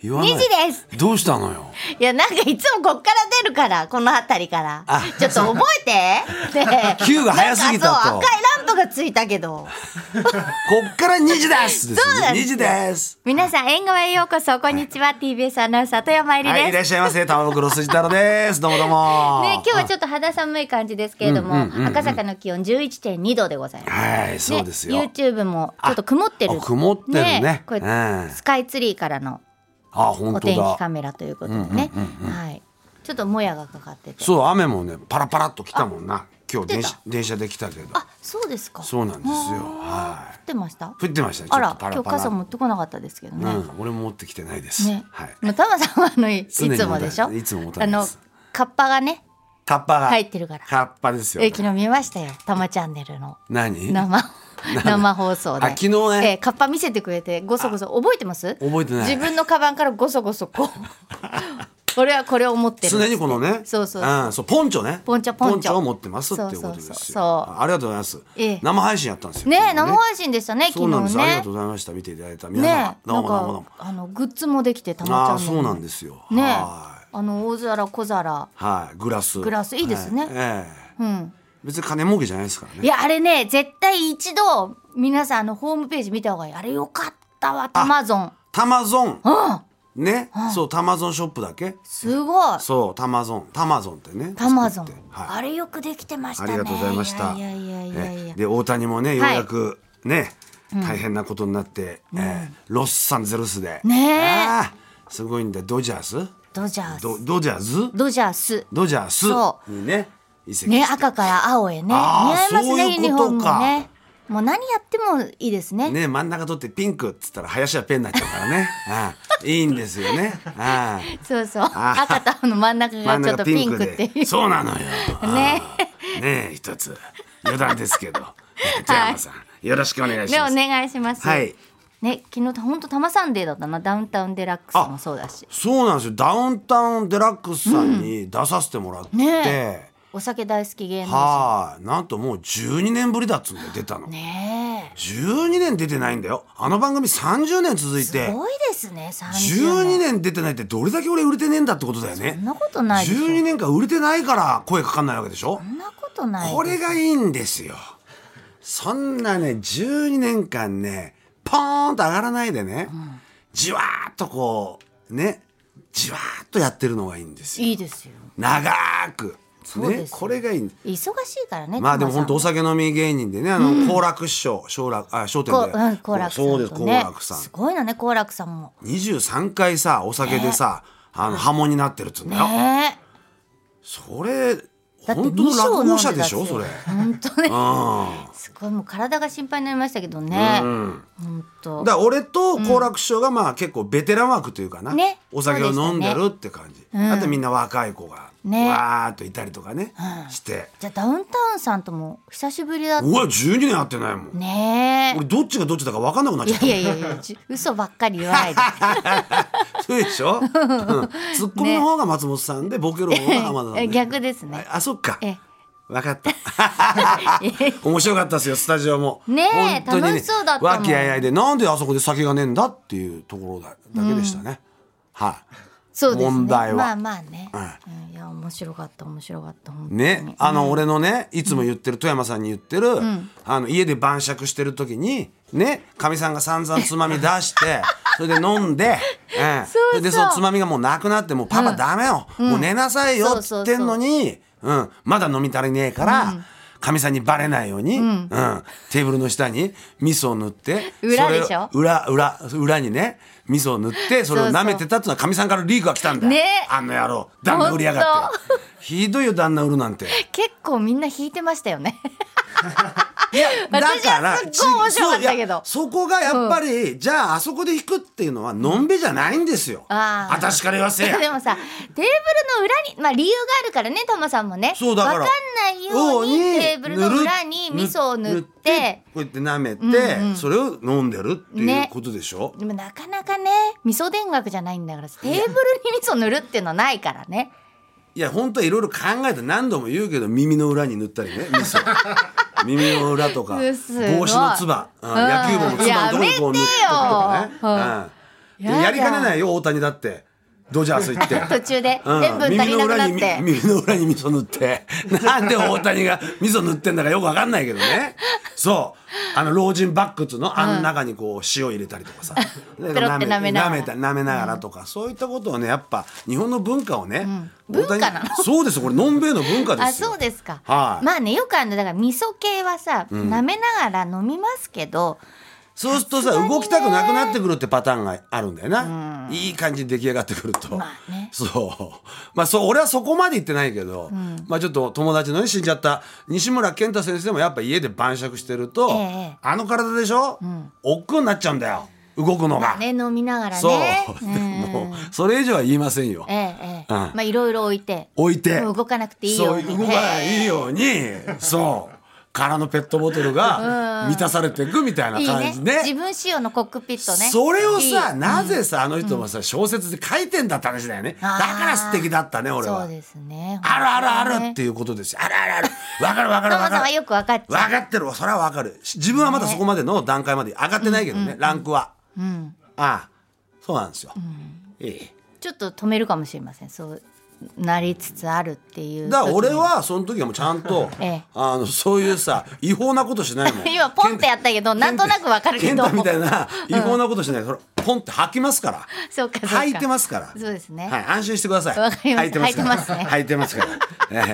言わない。 2時です。 どうしたのよ。 いやなんかいつもこっから出るからこの辺りからちょっと覚えてで Q が早すぎたと。 なんかそう赤いランプがついたけどこっから2時ですです、 そうなんです 2時です。 皆さん縁側へようこそこんにちは、TBS アナウンサー富山えりです、 はい、いらっしゃいませ。玉袋筋太郎です。どうもどうも。 ね、今日はちょっと肌寒い感じですけれども、赤坂の気温 11.2 度でございます。 はい、そうですよ。 ね、YouTube もちょっと曇ってる。 曇ってるね。 これ、スカイツリーからのお天気カメラということでね。はい。ちょっともやがかかってて。 そう、雨もねパラパラっと来たもんな。今日電車で来たけど。 あ、そうですか。 そうなんですよ。はい。 降ってました？ 降ってました。 あら、今日傘持ってこなかったですけどね。 俺も持ってきてないです。 ね。 はい。 もうタマさんはいつもでしょ。 いつも持たないです。 カッパがね。 カッパが入ってるから。 カッパですよ。 昨日見ましたよ。タマチャンネルの。 何？ 生放送で。 昨日ね。 カッパ見せてくれてごそごそ覚えてます？ 覚えてない。 自分のカバンからごそごそこう。俺はこれを持ってる。 常にこのね。 そうポンチョね。 ポンチョを持ってますっていうことですよ。ありがとうございます。生配信やったんですよ。 ね、生配信でしたね。昨日ね。 ありがとうございました。見ていただいた皆様。どうもどうも。 グッズもできてたまちゃんの。 そうなんですよ。 ね。大皿小皿。 はい。グラスいいですね。 別に金儲けじゃないですからね。 いやあれね絶対一度皆さんホームページ見た方がいい。あれよかったわ。タマゾン。ね、そうタマゾンショップだけ。 すごい。 そうタマゾンってね。 タマゾン。あれよくできてましたね。 ありがとうございました。 いや。 で大谷もねようやくね大変なことになってロサンゼルスで。 ね。 すごいんだ。ドジャースにね移籍して。 赤から青へね。似合いますねユニフォームもね。もう何やってもいいですね。 ね、真ん中取ってピンクっつったら林はペンになっちゃうからね。いいんですよね。 そう赤と青の真ん中がちょっとピンクっていう。 そうなのよ。ね一つ余談ですけど富山さんよろしくお願いします。 お願いします。はいね、昨日本当タマサンデーだったな。ダウンタウンデラックスもそうだし。 そうなんですよ。ダウンタウンデラックスさんに出させてもらって、 お酒大好き芸能人。なんともう12年ぶりだっつうんで出たの。 ねえ。 12年出てないんだよ。あの番組30年続いて。 すごいですね。30 年。12年出てないってどれだけ俺売れてねえんだってことだよね。 そんなことないでしょ。 12年間売れてないから声かかんないわけでしょ。 そんなことない。 これがいいんですよ。そんなね12年間ねポーンと上がらないでね、じわーっとこうねじわーっとやってるのがいいんですよ。 いいですよ。 長く。ね、これがいい。 忙しいからね。 まあでも本当お酒飲み芸人でね好楽師匠笑点で好楽さんそうです。好楽さんすごいのね。好楽さんも 23回さお酒でさ破門になってるっつうんだよ。それ本当の落語者でしょそれ。 本当ね。すごいもう体が心配になりましたけどね。本当。 だから俺と好楽師匠がまあ結構ベテラン枠というかな、お酒を飲んでるって感じ。あとみんな若い子がわーっといたりとかねして。 じゃあダウンタウンさんとも久しぶりだった。 うわ12年会ってないもんね。俺どっちがどっちだか分かんなくなっちゃった。 いや嘘ばっかり言わないで。 そうでしょ。ツッコミの方が松本さんでボケる方が浜田さん。 逆ですね。 あ、そっか。分かった。面白かったですよスタジオも。 ねえ楽しそうだったもん。 和気あいあいでなんであそこで酒がねえんだっていうところだけでしたね。はい。 そうですね。 問題はまあね。いや面白かったね。俺のねいつも言ってる富山さんに言ってる家で晩酌してる時にねかみさんが散々つまみ出してそれで飲んでそれでそのつまみがもうなくなってもうパパダメよもう寝なさいよって言ってんのにまだ飲み足りねえからかみさんにバレないようにテーブルの下に味噌を塗って裏でしょ。 裏にね味噌を塗ってそれを舐めてたってのはかみさんからリークが来たんだよ。あんの野郎旦那売りやがってひどいよ旦那売るなんて。 結構みんな引いてましたよね。 いやだから私はすっごい面白かったけどそこがやっぱりじゃああそこで引くっていうのはのんべじゃないんですよ。私から言わせや。 でもさテーブルの裏に理由があるからねタマさんもね。 そうだから分かんないようにテーブルの裏に味噌を塗ってこうやって舐めてそれを飲んでるっていうことでしょ。 でもなかなかね味噌田楽じゃないんだからテーブルに味噌塗るっていうのはないからね。 いや本当はいろいろ考えて何度も言うけど耳の裏に塗ったりね味噌耳の裏とか帽子のつば野球帽のつばのところにこう塗ったりとかね。 やりかねないよ大谷だってドジャース行って途中で塩分足りなくなって、 耳の裏に味噌塗ってなんで大谷が味噌塗ってんだかよく分かんないけどね。そう老人バッグっつうの中にこう塩入れたりとかさペロって舐めながらとか、そういったことをねやっぱ日本の文化をね、 文化なの？ そうです、これのんべえの文化ですよ。 そうですか。 はい、 まあね、よくだから味噌系はさ、舐めながら飲みますけど、 そうするとさ動きたくなくなってくるってパターンがあるんだよな、いい感じに出来上がってくると、俺はそこまで言ってないけど、まあちょっと友達のね死んじゃった西村健太先生もやっぱ家で晩酌してると、あの体でしょ、億劫になっちゃうんだよ動くのが、 飲みながらね。 もうそれ以上は言いませんよ。 まあいろいろ置いてもう動かなくていいように、 動かないように空のペットボトルが満たされていくみたいな感じね。 自分仕様のコックピットね。 それをさなぜさあの人もさ小説で書いてんだって話だよね。だから素敵だったね俺は。 そうですね。 あるあるあるっていうことですよ。あるあるある。わかるわかるわかる。 トモさんはよくわかっちゃう。 わかってるわ、それはわかる。自分はまだそこまでの段階まで上がってないけどね、ランクは。そうなんですよ。 ちょっと止めるかもしれません。そうなりつつあるっていう。 だから俺はその時はもうちゃんと、そういうさ違法なことしないもん。 今ポンってやったけどなんとなくわかるけど、 ケンタみたいな違法なことしない、ポンって吐きますから。 そうか吐いてますから。 そうですね。 はい、安心してください。 わかりました。 吐いてますね。吐いてますから。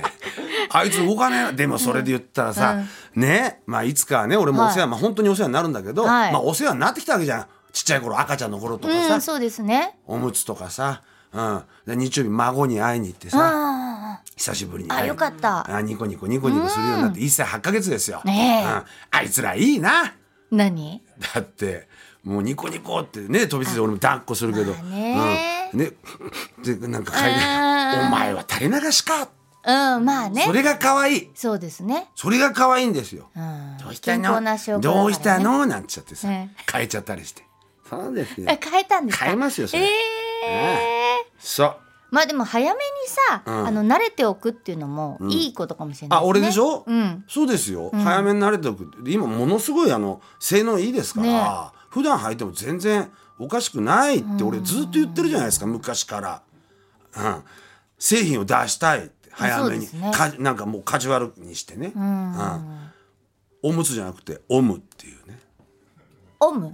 あいつ動かねえ。でもそれで言ったらさ、ね、まあいつかはね俺もお世話、まあ本当にお世話になるんだけど、まあお世話になってきたわけじゃん。ちっちゃい頃赤ちゃんの頃とかさ、 そうですね。 おむつとかさ。日曜日孫に会いに行ってさ、久しぶりによかった。 ニコニコするようになって1歳8ヶ月ですよ。あいつらいいな。 何だってもうニコニコってね飛びついて俺も抱っこするけど、ねでなんか帰りお前は垂れ流しか。 まあね。 それが可愛い。 そうですね。 それが可愛いんですよ。どうしたのどうしたのなんて言っちゃってさ変えちゃったりして。そうですよ。 変えたんですか？ 変えますよそれ。そう。 まあでも早めにさ、慣れておくっていうのもいいことかもしれないですね。 俺でしょ？そうですよ。早めに慣れておく。今ものすごい性能いいですから、普段履いても全然おかしくないって俺ずっと言ってるじゃないですか昔から。製品を出したいって早めに、なんかもうカジュアルにしてね。おむつじゃなくてオムっていうね。 オム。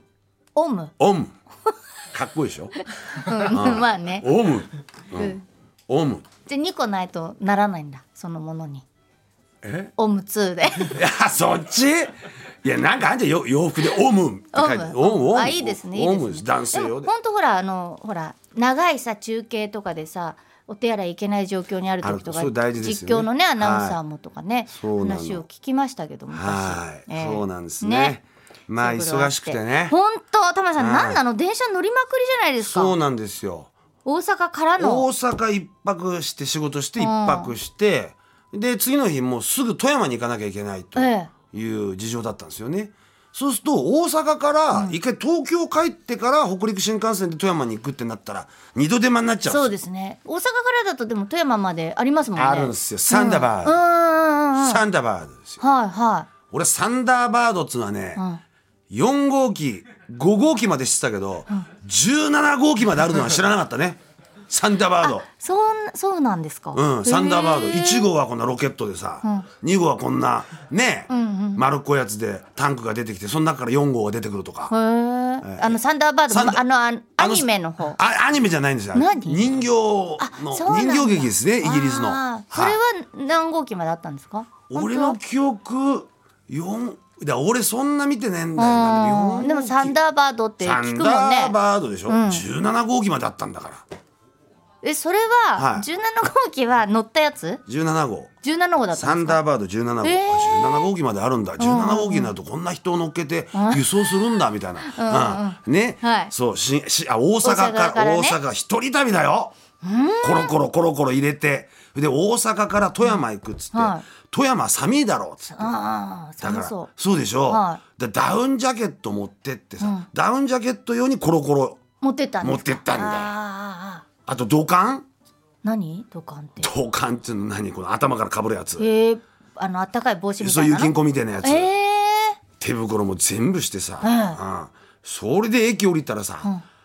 かっこいいでしょ。 まあね。 オム。 じゃあ2個ないとならないんだそのものに。オム2で。 いやそっち。いやなんかあんじゃ洋服でオムって書いてある。 いいですね。 オム男性用で。 本当ほらほら長いさ中継とかでさお手洗い行けない状況にある時とか、実況のねアナウンサーもとかね話を聞きましたけども。 そうなんですね。まあ忙しくてね。 本当玉さん何なの、電車乗りまくりじゃないですか。 そうなんですよ。 大阪からの。 大阪一泊して仕事して一泊して、で次の日もうすぐ富山に行かなきゃいけないという事情だったんですよね。そうすると大阪から一回東京帰ってから北陸新幹線で富山に行くってなったら二度手間になっちゃうんですよ。 そうですね。大阪からだとでも富山までありますもんね。 あるんですよ。サンダーバード。サンダーバードですよ。俺サンダーバードっつうのはね、4号機5号機まで知ってたけど、17号機まであるのは知らなかったね。サンダーバード。 そうなんですか。 サンダーバード1号はこんなロケットでさ、2号はこんなね、丸っこいやつでタンクが出てきて、その中から4号が出てくるとか。 サンダーバードアニメの方。 アニメじゃないんですよ。人形劇ですね、イギリスの。 それは何号機まであったんですか？ 俺の記憶俺そんな見てねえんだよ。 でもサンダーバードって聞くもんね。サンダーバードでしょ、17号機まであったんだから。 それは17号機は乗ったやつ ？17号だったんですか？サンダーバード17号、17号機まであるんだ。17号機になるとこんな人を乗っけて輸送するんだみたいな。ね、そう大阪一人旅だよ。コロコロ入れて、で大阪から富山行くっつって、富山寒いだろうっつって、だからそうでしょ、ダウンジャケット持ってってさ、ダウンジャケット用にコロコロ持ってったんだよ。 あと土管。 何土管って？ 土管っていうの何？この頭からかぶるやつ。 あったかい帽子みたいな。 そういう金庫みたいなやつ。手袋も全部してさ、それで駅降りたらさ、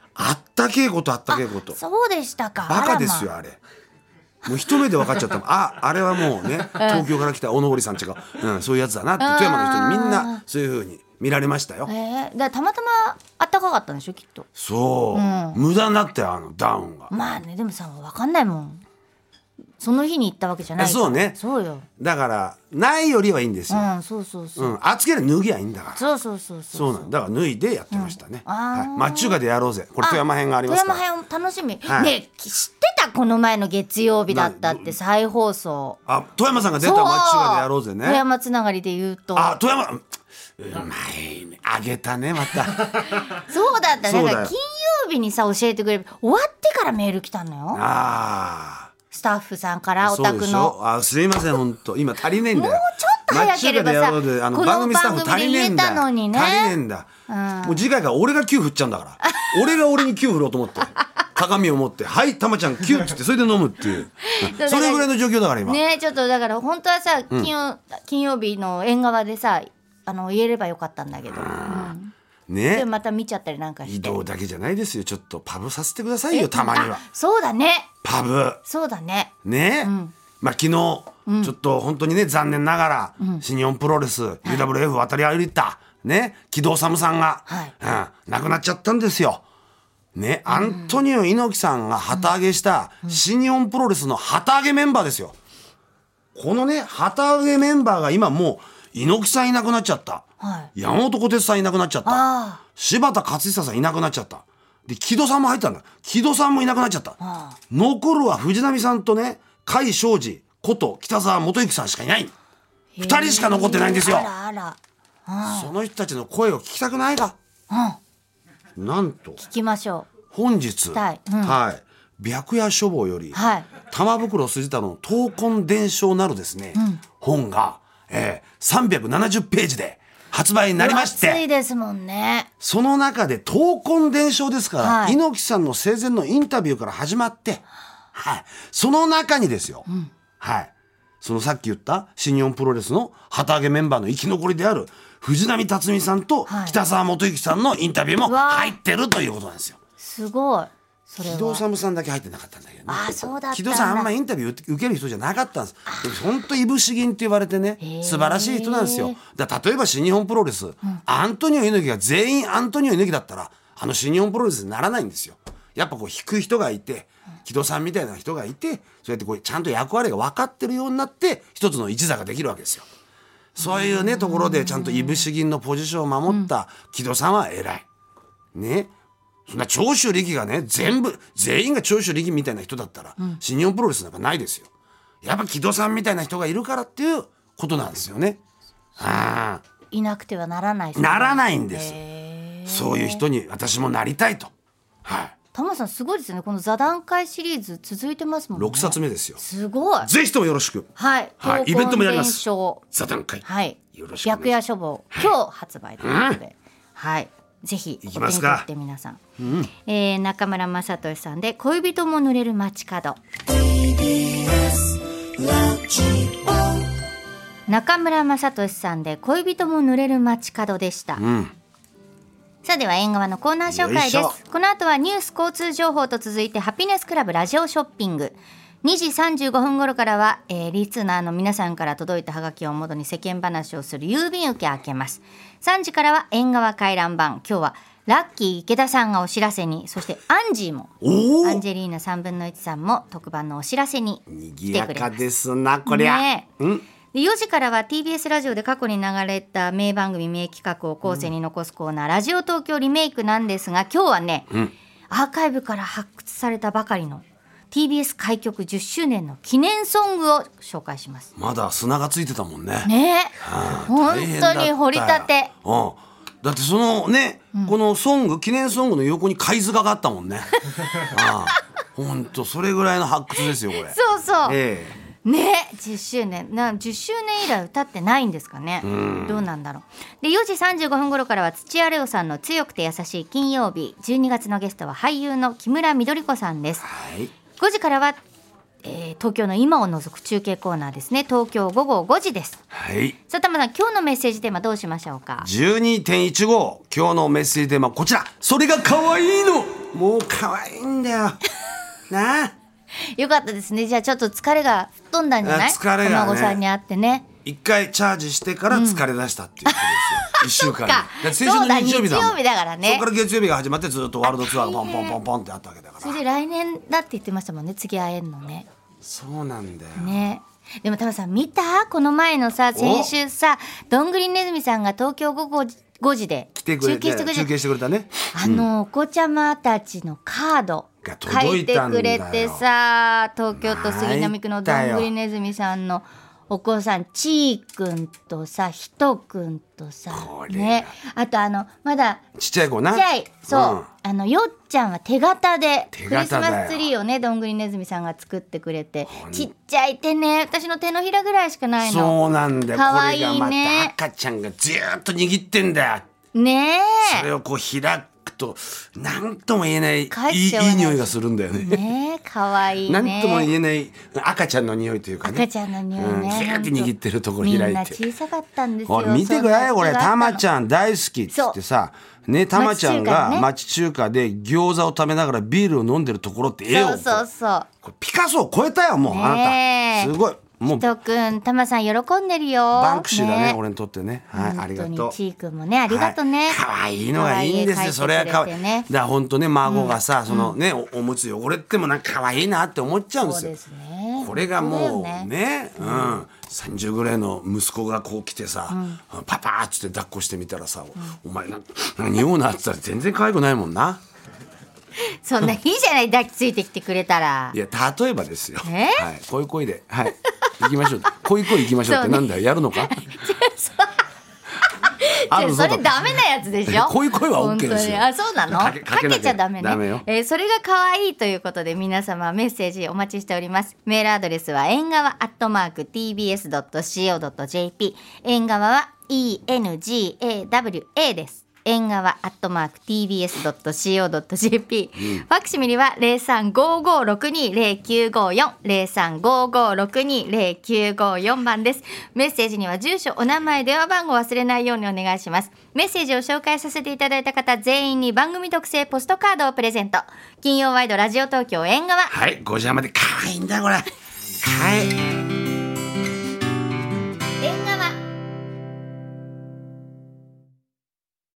あったけえことそうでしたか。 バカですよあれ。もう一目で分かっちゃったもん。あれはもうね東京から来たおのぼりさんちが、そういうやつだなって富山の人にみんなそういう風に見られましたよ。 だからたまたまあったかかったんでしょきっと。 そう、無駄になったよダウンが。 まあねでもさ分かんないもん。その日に行ったわけじゃないから。 そうね。 そうよ。 だからないよりはいいんですよ。 そう。 暑ければ脱ぎゃいいんだから。 そうなんだから脱いでやってましたね。町中華でやろうぜ。これ富山編がありますから。 富山編楽しみ。ね知ってたこの前の月曜日だったって再放送。 富山さんが出た町中華でやろうぜね。 富山つながりで言うと。 富山うまいね。あげたねまた。 そうだった。だから金曜日にさ教えてくれる。終わってからメール来たのよ。スタッフさんからお宅の。 すいません本当今足りねえんだよ。 もうちょっと早ければさこの番組スタッフ足りねえんだ。 のにね。 足りねえんだ。もう次回から俺が9振っちゃうんだから。俺が俺に9振ろうと思って。鏡を持ってはいたまちゃん9っつってそれで飲むっていうそれぐらいの状況だから今ね。ちょっとだから本当はさ金曜日の縁側でさ言えればよかったんだけど。ね、でまた見ちゃったりなんかして。 移動だけじゃないですよ。ちょっとパブさせてくださいよたまには。 そうだねパブ。 そうだね。 ね、まあ昨日、ちょっと本当にね残念ながら、新日本プロレス、UWF 渡り歩いたね木戸治さんが、亡くなっちゃったんですよ。ね、アントニオ猪木さんが旗揚げした新日本プロレスの旗揚げメンバーですよ。このね旗揚げメンバーが今もう猪木さんいなくなっちゃった。山本小鉄さんいなくなっちゃった。柴田勝久さんいなくなっちゃった。で木戸さんも入ったんだ。木戸さんもいなくなっちゃった。残るは藤波さんとね甲斐庄司こと北沢元幸さんしかいない。2人しか残ってないんですよ。その人たちの声を聞きたくないか。なんと聞きましょう。 本日白夜書房より、玉袋筋太の闘魂伝承なるですね、本が、370ページで発売になりまして、 暑いですもんね。 その中で闘魂伝承ですから、猪木さんの生前のインタビューから始まって、その中にですよ、そのさっき言った新日本プロレスの旗揚げメンバーの生き残りである藤波辰巳さんと北沢元幸さんのインタビューも入ってるということなんですよ。 すごい。それは木戸治さんだけ入ってなかったんだけどね。 そうだったんだ。 木戸さんあんまインタビュー受ける人じゃなかったんです。本当いぶし銀って言われてね素晴らしい人なんですよ。例えば新日本プロレス、アントニオ猪木が全員アントニオ猪木だったら新日本プロレスにならないんですよ。やっぱこう引く人がいて木戸さんみたいな人がいてそうやってこうちゃんと役割が分かってるようになって一つの一座ができるわけですよ。そういうねところでちゃんといぶし銀のポジションを守った木戸さんは偉いね。そんな長州力がね全員が長州力みたいな人だったら、新日本プロレスなんかないですよ。やっぱ木戸さんみたいな人がいるからっていうことなんですよね。 いなくてはならない。 ならないんです。そういう人に私もなりたいと。 玉さんすごいですね。この座談会シリーズ続いてますもんね。 6冊目ですよ。 すごい。 ぜひともよろしく。イベントもやります。座談会。よろしく。 白夜書房、今日発売ということで、ぜひお手に取って皆さん。中村雅俊さんで恋人も濡れる街角。中村雅俊さんで恋人も濡れる街角でした。さあでは縁側のコーナー紹介です。この後はニュース交通情報と続いてハピネスクラブラジオショッピング。2時35分頃からは、リスナーの皆さんから届いたハガキをもとに世間話をする郵便受け開けます。3時からは縁側回覧版。今日はラッキー池田さんがお知らせに、そしてアンジーもアンジェリーナ3分の1さんも特番のお知らせに来てくれます。 賑やかですなこりゃ、 で4時からは TBS ラジオで過去に流れた名番組名企画を後世に残すコーナー、ラジオ東京リメイクなんですが、今日はね、アーカイブから発掘されたばかりの TBS 開局10周年の記念ソングを紹介します。 まだ砂がついてたもんね。 本当に掘りたて。 だってそのね、このソング記念ソングの横に貝塚があったもんね。本当それぐらいの発掘ですよこれ。 そうそう。ね、10周年以来歌ってないんですかね。どうなんだろう。で4時35分頃からは土屋レオさんの強くて優しい金曜日。12月のゲストは俳優の木村緑子さんです。5時からは、東京の今を除く中継コーナーですね。東京午後5時です。さあ玉さん、今日のメッセージテーマどうしましょうか。 12.15 今日のメッセージテーマこちら。それが可愛いのもう可愛いんだよなあ。 よかったですね。じゃあちょっと疲れが吹っ飛んだんじゃない？ 疲れがね、 お孫さんに会ってね。 一回チャージしてから疲れ出したっていうことですよ、1週間に。だって先週の日曜日だもん。 そうだ、日曜日だからね。 そこから月曜日が始まってずっとワールドツアーがポンポンポンポンってあったわけだから。 それで来年だって言ってましたもんね、次会えんのね。 そうなんだよね。でもタマさん見た？この前のさ、先週さ、どんぐりねずみさんが東京午後5時で来てくれて中継してくれたね。 お子ちゃまたちのカードが書いて届いたんだよ。 くれてさ、東京都杉並区のどんぐりねずみさんのお子さん、ちーくんとさ、ひとくんとさ、ね、あとまだちっちゃい子な。 ちっちゃい、そう、よっちゃんは手形で手クリス形だよマスツリーをね、どんぐりねずみさんが作ってくれて、ちっちゃい手ね、私の手のひらぐらいしかないの。 そうなんだよ。 かわいいね。 これがまた赤ちゃんがずーっと握ってんだよ。 ねえ。 それをこう開くと何とも言えないいい匂いがするんだよね。 ねえ、かわいいね。 何とも言えない赤ちゃんの匂いというかね。 赤ちゃんの匂いね。 ギューって握ってるところ開いて。 みんな小さかったんですよ。 見てくださいこれ、たまちゃん大好きっつってさ、ね、たまちゃんが町中華で餃子を食べながらビールを飲んでるところって絵を、 そうこれピカソを超えたよもう、あなたすごい。もうひとくん、たまさん喜んでるよ。 バンクシーだね、俺にとってね。はい、ありがとう。 ちーくんもね、ありがとうね。 可愛いのがいいんですよ。それは可愛い。だから本当ね、孫がさ、そのね、おむつ汚れてもなんか可愛いなって思っちゃうんですよ。これがもうね、30ぐらいの息子がこう来てさ、パパーっつって抱っこしてみたらさ、お前なんか匂うなって言ったら全然可愛くないもんな。 そんないいじゃない、抱きついてきてくれたら。 いや、例えばですよ。はい、こういう声で、はい、行きましょう。こういう声行きましょうってなんだよ、やるのか。 それダメなやつでしょ。 こういう声は OK ですよ。 あ、そうなの？かけちゃダメね。 ダメよ。 それが可愛いということで、皆様メッセージお待ちしております。メールアドレスは縁側@tbs.co.jp。縁側は ENGAWA です。縁側@tbs.co.jp、ファクシミリは 0355620954 0355620954 番です。メッセージには住所、お名前、電話番号を忘れないようにお願いします。メッセージを紹介させていただいた方全員に番組特製ポストカードをプレゼント。金曜ワイドラジオ東京縁側、 はい、5時半まで可愛いんだこれ。はい。